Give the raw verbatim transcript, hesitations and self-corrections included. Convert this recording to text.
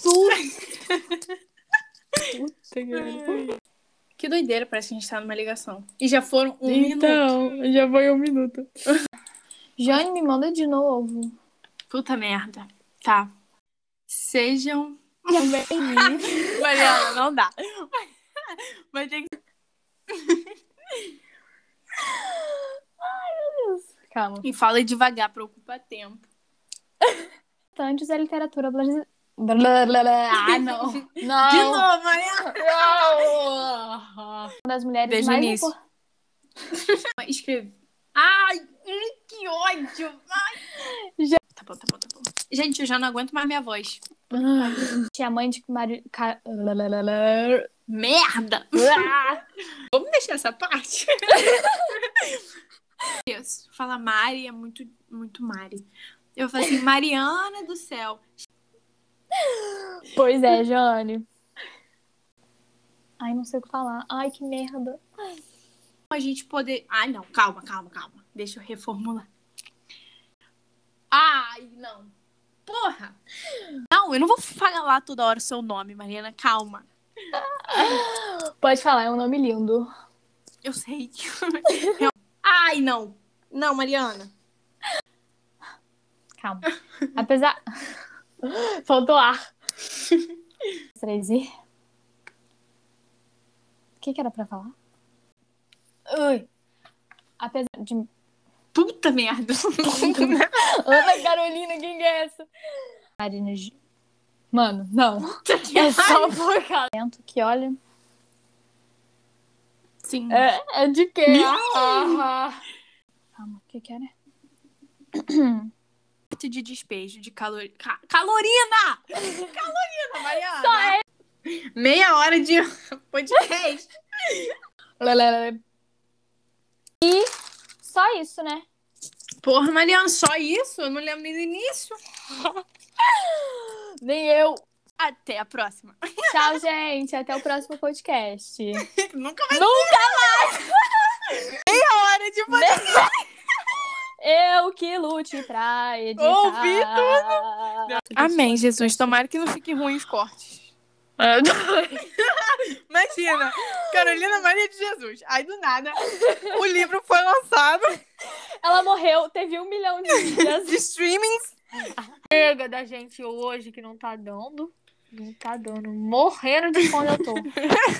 Jesus! Puta que... que doideira, parece que a gente tá numa ligação. E já foram um então, minuto. já foi um minuto. Jane, me manda de novo. Puta merda. Tá. Sejam... Baby. Mariana, não dá. Vai ter que... Ai, meu Deus. Calma. E fala devagar, preocupa tempo. Antes a literatura brasileira. Ah, não. Não. De novo, Mariana. Uma das mulheres Beijo mais nisso. importantes. Escreve. Ai, que ódio. Ai. Já... Tá bom, tá bom, tá bom. Gente, eu já não aguento mais minha voz. Tinha mãe de Mari... Ca... Merda! Vamos deixar essa parte? Isso. Fala Mari é muito, muito Mari. Eu falo assim, Mariana do céu. Pois é, Jane. Ai, não sei o que falar. Ai, que merda. A gente poder... Ai, não. Calma, calma, calma. Deixa eu reformular. Ai, não. Porra! Não, eu não vou falar toda hora o seu nome, Mariana. Calma. Pode falar, é um nome lindo. Eu sei. Ai, não. Não, Mariana. Calma. Apesar... Faltou ar. três e... O que que era pra falar? Ui. Apesar de... Puta merda. Ana Carolina, quem que é essa? Marina... Mano, não. Que É só por causa... Que olha... Sim. É, é de quê? Ah, calma, o que que era? De despejo de calor... Ca... Calorina! Calorina, Mariana! Só é... Meia hora de podcast. E só isso, né? Porra, Mariana, só isso? Eu não lembro nem do início. Nem eu. Até a próxima. Tchau, gente. Até o próximo podcast. Nunca mais. Nunca mais! Meia hora de podcast. Eu que lute pra editar. Ouvi tudo. Amém, Jesus. Tomara que não fiquem ruins os cortes. Imagina, Carolina Maria de Jesus. Aí do nada, o livro foi lançado. Ela morreu, teve um milhão de dias de streamings. Chega da gente hoje que não tá dando. Não tá dando. Morrendo de fome eu tô.